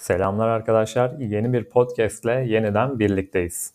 Selamlar arkadaşlar. Yeni bir podcast ile yeniden birlikteyiz.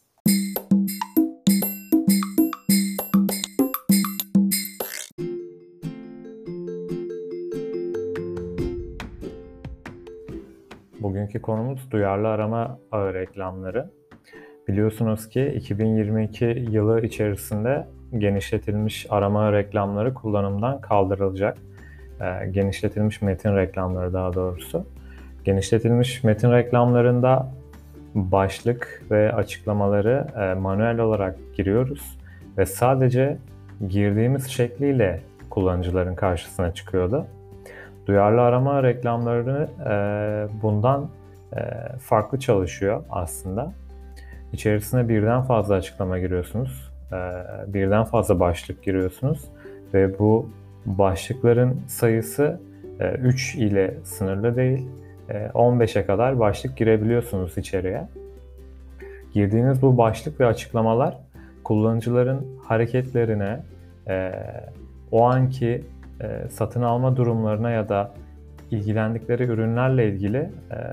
Bugünkü konumuz duyarlı arama ağı reklamları. Biliyorsunuz ki 2022 yılı içerisinde genişletilmiş arama reklamları kullanımdan kaldırılacak. Genişletilmiş metin reklamları daha doğrusu. Genişletilmiş metin reklamlarında başlık ve açıklamaları manuel olarak giriyoruz ve sadece girdiğimiz şekliyle kullanıcıların karşısına çıkıyordu. Duyarlı arama reklamları bundan farklı çalışıyor aslında. İçerisine birden fazla açıklama giriyorsunuz, birden fazla başlık giriyorsunuz ve bu başlıkların sayısı 3 ile sınırlı değil. 15'e kadar başlık girebiliyorsunuz içeriye. Girdiğiniz bu başlık ve açıklamalar kullanıcıların hareketlerine, o anki satın alma durumlarına ya da ilgilendikleri ürünlerle ilgili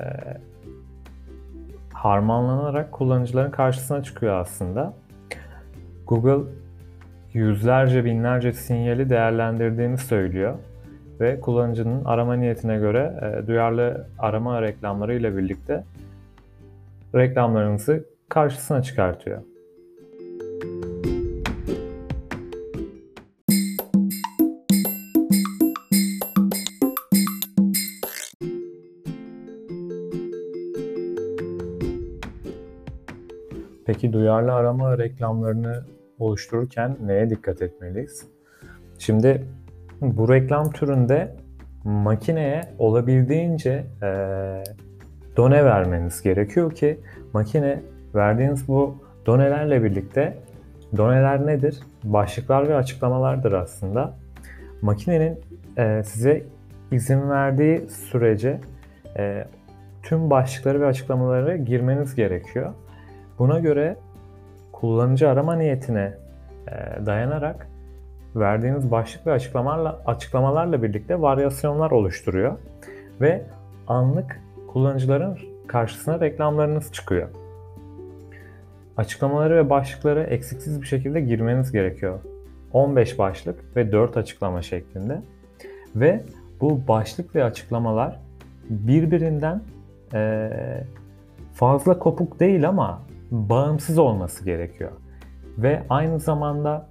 harmanlanarak kullanıcıların karşısına çıkıyor aslında. Google yüzlerce, binlerce sinyali değerlendirdiğini söylüyor ve kullanıcının arama niyetine göre duyarlı arama reklamları ile birlikte reklamlarınızı karşısına çıkartıyor. Peki duyarlı arama reklamlarını oluştururken neye dikkat etmeliyiz? Şimdi bu reklam türünde makineye olabildiğince done vermeniz gerekiyor ki makine verdiğiniz bu donelerle birlikte, doneler nedir? Başlıklar ve açıklamalardır aslında. Makinenin size izin verdiği sürece tüm başlıkları ve açıklamaları girmeniz gerekiyor. Buna göre kullanıcı arama niyetine dayanarak verdiğiniz başlık ve açıklamalarla birlikte varyasyonlar oluşturuyor ve anlık kullanıcıların karşısına reklamlarınız çıkıyor. Açıklamaları ve başlıkları eksiksiz bir şekilde girmeniz gerekiyor. 15 başlık ve 4 açıklama şeklinde. Ve bu başlık ve açıklamalar birbirinden fazla kopuk değil ama bağımsız olması gerekiyor. Ve aynı zamanda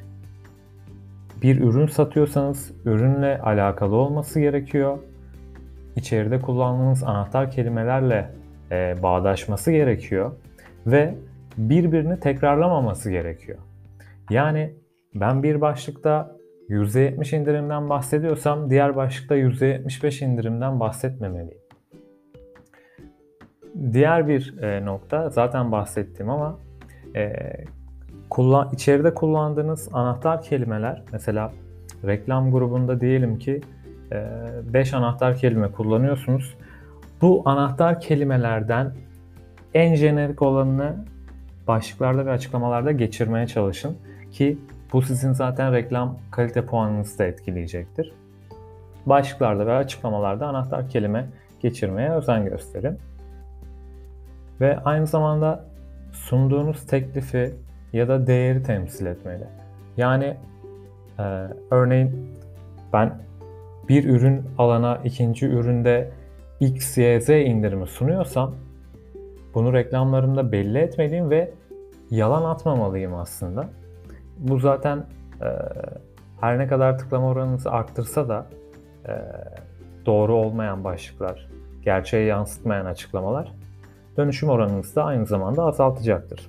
bir ürün satıyorsanız ürünle alakalı olması gerekiyor. İçeride kullandığınız anahtar kelimelerle bağdaşması gerekiyor. Ve birbirini tekrarlamaması gerekiyor. Yani ben bir başlıkta %70 indirimden bahsediyorsam diğer başlıkta %75 indirimden bahsetmemeliyim. Diğer bir nokta zaten bahsettiğim ama içeride kullandığınız anahtar kelimeler, mesela reklam grubunda diyelim ki 5 anahtar kelime kullanıyorsunuz. Bu anahtar kelimelerden en jenerik olanını başlıklarda ve açıklamalarda geçirmeye çalışın ki bu sizin zaten reklam kalite puanınızı da etkileyecektir. Başlıklarda ve açıklamalarda anahtar kelime geçirmeye özen gösterin. Ve aynı zamanda sunduğunuz teklifi ya da değeri temsil etmeli. Yani örneğin ben bir ürün alana ikinci üründe X, Y, Z indirimi sunuyorsam bunu reklamlarımda belli etmeliyim ve yalan atmamalıyım aslında. Bu zaten her ne kadar tıklama oranınızı arttırsa da doğru olmayan başlıklar, gerçeği yansıtmayan açıklamalar dönüşüm oranınızı da aynı zamanda azaltacaktır.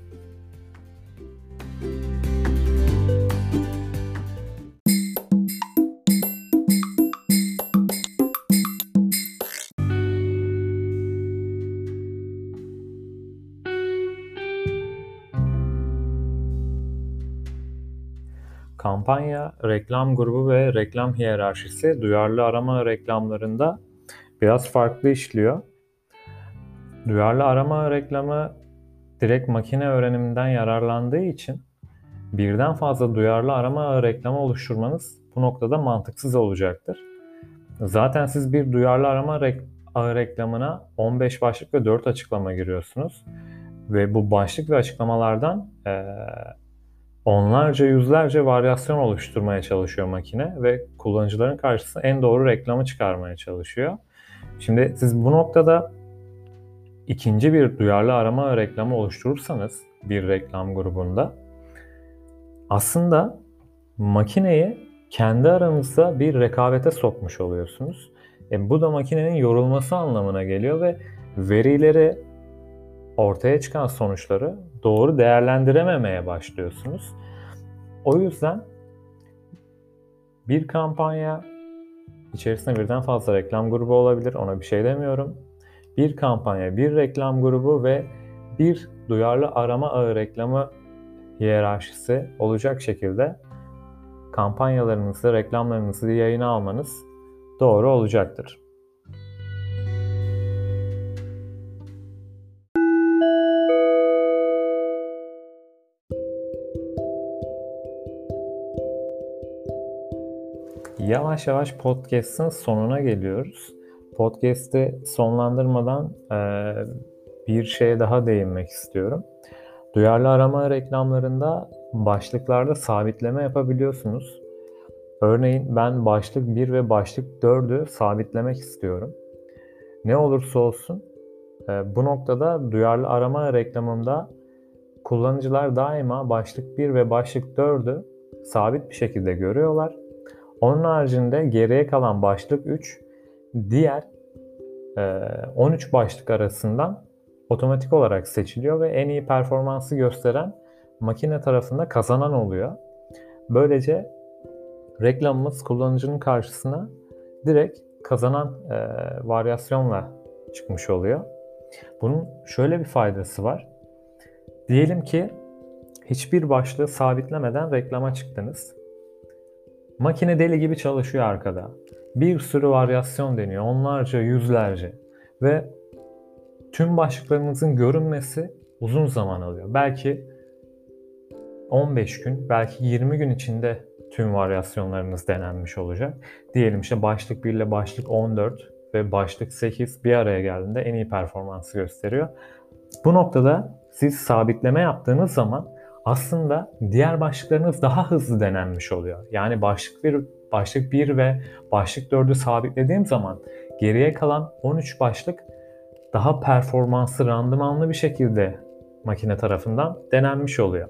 Kampanya, reklam grubu ve reklam hiyerarşisi duyarlı arama reklamlarında biraz farklı işliyor. Duyarlı arama reklamı direkt makine öğreniminden yararlandığı için birden fazla duyarlı arama reklamı oluşturmanız bu noktada mantıksız olacaktır. Zaten siz bir duyarlı arama ağı reklamına 15 başlık ve 4 açıklama giriyorsunuz. Ve bu başlık ve açıklamalardan onlarca, yüzlerce varyasyon oluşturmaya çalışıyor makine ve kullanıcıların karşısına en doğru reklamı çıkarmaya çalışıyor. Şimdi siz bu noktada ikinci bir duyarlı arama reklamı oluşturursanız bir reklam grubunda aslında makineyi kendi aranızda bir rekabete sokmuş oluyorsunuz. Bu da makinenin yorulması anlamına geliyor ve verileri, ortaya çıkan sonuçları doğru değerlendirememeye başlıyorsunuz. O yüzden bir kampanya içerisinde birden fazla reklam grubu olabilir, ona bir şey demiyorum. Bir kampanya, bir reklam grubu ve bir duyarlı arama ağı reklamı hiyerarşisi olacak şekilde kampanyalarınızı, reklamlarınızı yayına almanız doğru olacaktır. Yavaş yavaş podcast'ın sonuna geliyoruz. Podcast'i sonlandırmadan bir şeye daha değinmek istiyorum. Duyarlı arama reklamlarında başlıklarda sabitleme yapabiliyorsunuz. Örneğin ben başlık 1 ve başlık 4'ü sabitlemek istiyorum. Ne olursa olsun bu noktada duyarlı arama reklamımda kullanıcılar daima başlık 1 ve başlık 4'ü sabit bir şekilde görüyorlar. Onun haricinde geriye kalan başlık 3 diğer 13 başlık arasından otomatik olarak seçiliyor ve en iyi performansı gösteren makine tarafında kazanan oluyor. Böylece reklamımız kullanıcının karşısına direkt kazanan varyasyonla çıkmış oluyor. Bunun şöyle bir faydası var. Diyelim ki hiçbir başlığı sabitlemeden reklama çıktınız. Makine deli gibi çalışıyor arkada. Bir sürü varyasyon deniyor, onlarca, yüzlerce ve tüm başlıklarınızın görünmesi uzun zaman alıyor. Belki 15 gün, belki 20 gün içinde tüm varyasyonlarınız denenmiş olacak. Diyelim işte başlık 1 ile başlık 14 ve başlık 8 bir araya geldiğinde en iyi performansı gösteriyor. Bu noktada siz sabitleme yaptığınız zaman aslında diğer başlıklarınız daha hızlı denenmiş oluyor. Yani başlık 1 ve başlık 4'ü sabitlediğim zaman geriye kalan 13 başlık daha performanslı, randımanlı bir şekilde makine tarafından denenmiş oluyor.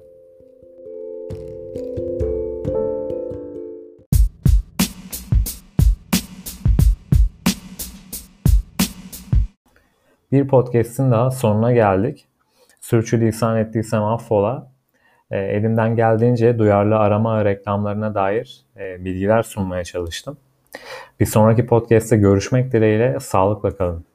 Bir podcast'in daha sonuna geldik. Sürçülisan ettiysem affola. Elimden geldiğince duyarlı arama reklamlarına dair bilgiler sunmaya çalıştım. Bir sonraki podcast'te görüşmek dileğiyle, sağlıkla kalın.